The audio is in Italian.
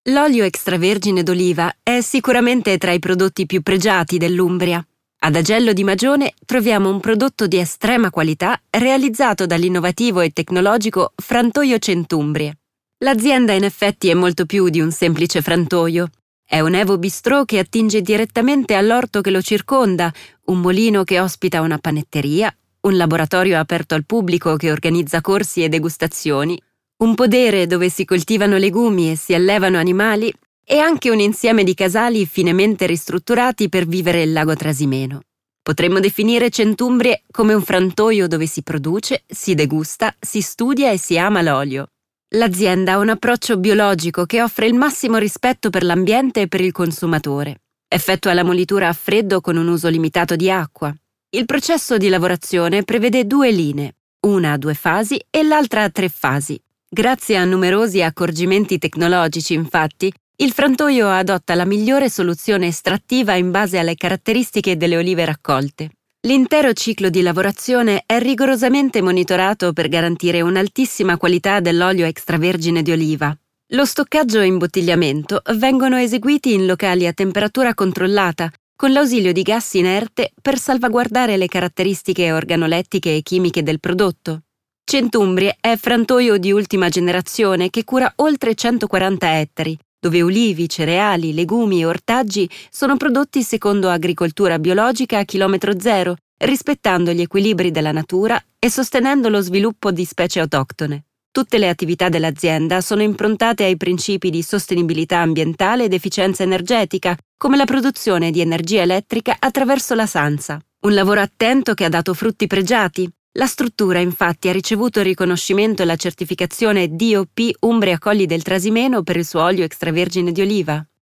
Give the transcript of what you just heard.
L'olio extravergine d'oliva è sicuramente tra i prodotti più pregiati dell'Umbria. Ad Agello di Magione troviamo un prodotto di estrema qualità realizzato dall'innovativo e tecnologico Frantoio Centumbrie. L'azienda in effetti è molto più di un semplice frantoio. È un Evo Bistrò che attinge direttamente all'orto che lo circonda, un mulino che ospita una panetteria, un laboratorio aperto al pubblico che organizza corsi e degustazioni, un podere dove si coltivano legumi e si allevano animali e anche un insieme di casali finemente ristrutturati per vivere il lago Trasimeno. Potremmo definire Centumbrie come un frantoio dove si produce, si degusta, si studia e si ama l'olio. L'azienda ha un approccio biologico che offre il massimo rispetto per l'ambiente e per il consumatore. Effettua la molitura a freddo con un uso limitato di acqua. Il processo di lavorazione prevede 2 linee, una a 2 fasi e l'altra a 3 fasi. Grazie a numerosi accorgimenti tecnologici, infatti, il frantoio adotta la migliore soluzione estrattiva in base alle caratteristiche delle olive raccolte. L'intero ciclo di lavorazione è rigorosamente monitorato per garantire un'altissima qualità dell'olio extravergine di oliva. Lo stoccaggio e imbottigliamento vengono eseguiti in locali a temperatura controllata, con l'ausilio di gas inerte per salvaguardare le caratteristiche organolettiche e chimiche del prodotto. Centumbrie è frantoio di ultima generazione che cura oltre 140 ettari, dove ulivi, cereali, legumi e ortaggi sono prodotti secondo agricoltura biologica a chilometro zero, rispettando gli equilibri della natura e sostenendo lo sviluppo di specie autoctone. Tutte le attività dell'azienda sono improntate ai principi di sostenibilità ambientale ed efficienza energetica, come la produzione di energia elettrica attraverso la Sansa. Un lavoro attento che ha dato frutti pregiati. La struttura, infatti, ha ricevuto il riconoscimento e la certificazione DOP Umbria Colli del Trasimeno per il suo olio extravergine di oliva.